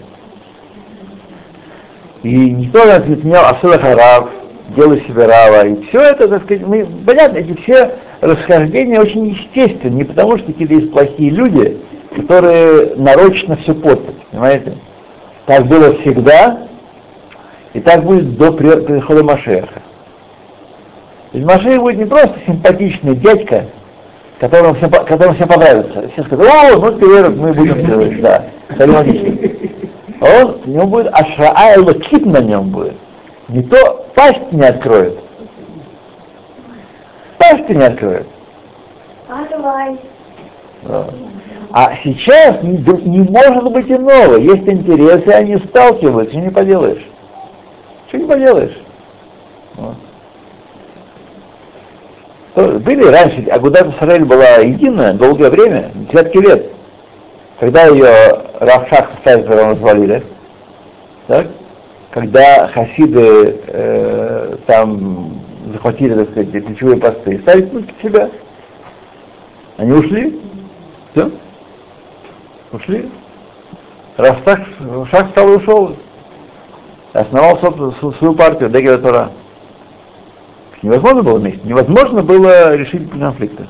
И никто нас не отменял асура-харав, делай себе рава. И все это, так сказать, понятно, эти все расхождения очень естественны, не потому что какие-то есть плохие люди, которые нарочно все портят, понимаете? Так было всегда, и так будет до прихода Машеха. То есть Машех будет не просто симпатичный дядька, которому всем понравится. Все скажут, ну теперь мы будем делать, да, логично. У него будет ашраа элокит на нем будет. Не то пасть не откроет. А сейчас не может быть иного. Есть интересы, они сталкиваются, не поделаешь. Что не поделаешь. Вот. Были раньше, Агудат Исраэль была единая долгое время, десятки лет. Когда ее Рав Шах развалили, так? Когда хасиды там захватили, так сказать, ключевые посты, ставить под себя. Они ушли. Все. Ушли. Рав Шах встал и ушел. Основал свою партию, Дегер Тора. Невозможно было вместе. Невозможно было решить конфликты.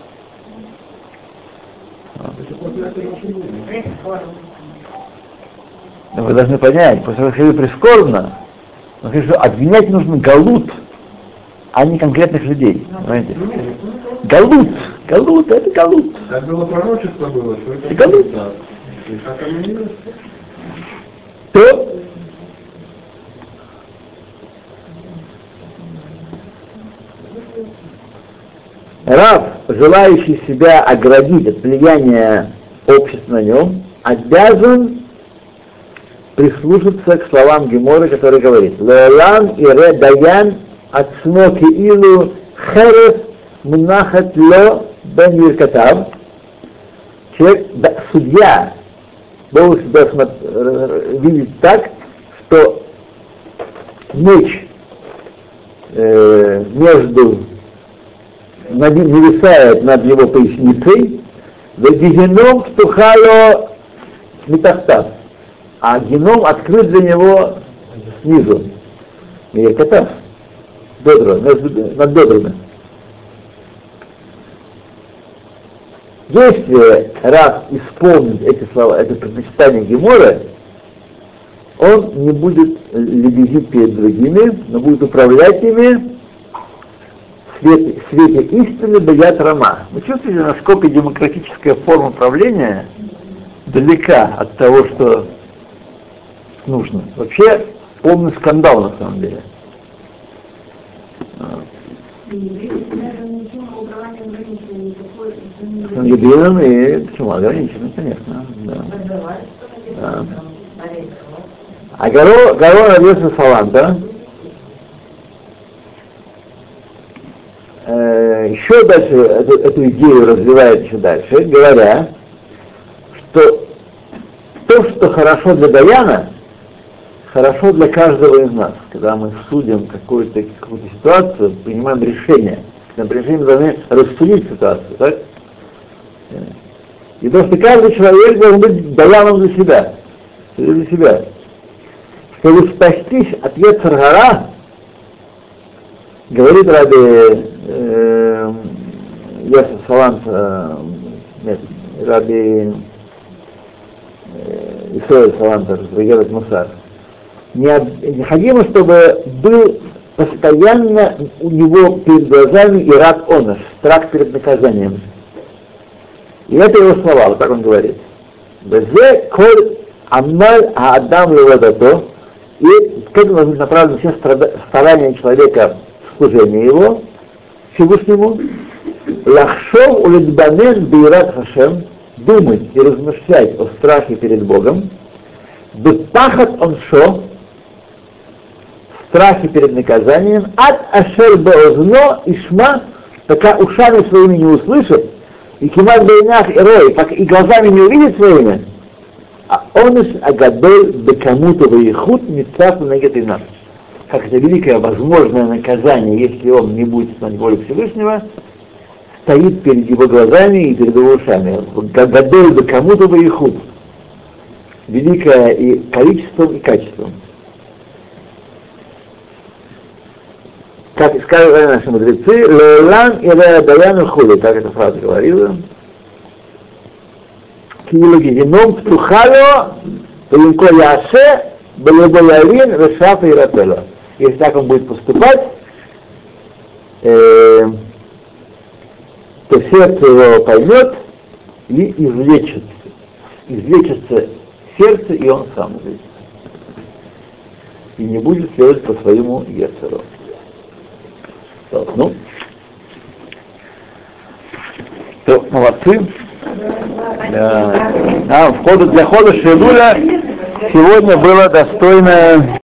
Но вы должны понять, после того, как прискорбно, что обвинять нужно галут, а не конкретных людей. Понимаете? Галут, это галут. Так было пророчество было, что это галут. То Рав, желающий себя оградить от влияния общества на нем, обязан прислушаться к словам Геморы, который говорит: «Леолам ире даян ацмо киилу херес мнахат ло бен юркатав». Судья должен себя видеть так, что меч нависает над его поясницей, геном птухало метахтав, а геном открыт для него снизу. Миркатав, над бедрами. Если Рав исполнит эти слова, это предпочитание Геморы, он не будет лебезить перед другими, но будет управлять ими в свете истины Беят Рама. Вы чувствуете, насколько демократическая форма правления далека от того, что нужно? Вообще полный скандал на самом деле. Евреям и почему? Ограничено, конечно. Да. А Гарон Авеса Саланта еще дальше эту идею развивает еще дальше, говоря, что то, что хорошо для Даяна, хорошо для каждого из нас. Когда мы судим какую-то ситуацию, принимаем решение. Например, мы должны рассудить ситуацию, так? И то, что каждый человек должен быть Даяном для себя. Для себя. Чтобы спастись от Ецер-Гара, говорит Раби Йосеф Салант, Раби Исраэль Салантер, Вегерет Мусар, необходимо, чтобы был постоянно у него перед глазами ират онош, страх перед наказанием. И это его слова, вот так он говорит. Везе коль амаль аадам левадато, и к этому должны направлены все старания человека в служении его, Всевышнему, лахшов улидбанен бейрат хашем, думать и размышлять о страхе перед Богом, бепахат оншо, страхе перед наказанием, ад ашер беозно ишма, пока ушами своими не услышит, и кимат бейнах и рой, пока и глазами не увидит своими, а онеш агадоль бекамутова и худ митцав нагетинах. Как это великое возможное наказание, если он не будет исполнять волю Всевышнего, стоит перед его глазами и перед его ушами. Гадоль бекамутова и худ. Великое и количеством, и качеством. Как сказали наши мудрецы, «Леолам ире даяну хули», как эта фраза говорила, «Киилуги геном птухало, пелинко яше, белебо явин, решафа и ратело». Если так он будет поступать, то сердце его поймет и излечится. Излечится сердце, и он сам излечится. И не будет следовать по своему ецеру. Ну, то, молодцы. Да. Для хода Шелуля сегодня было достойное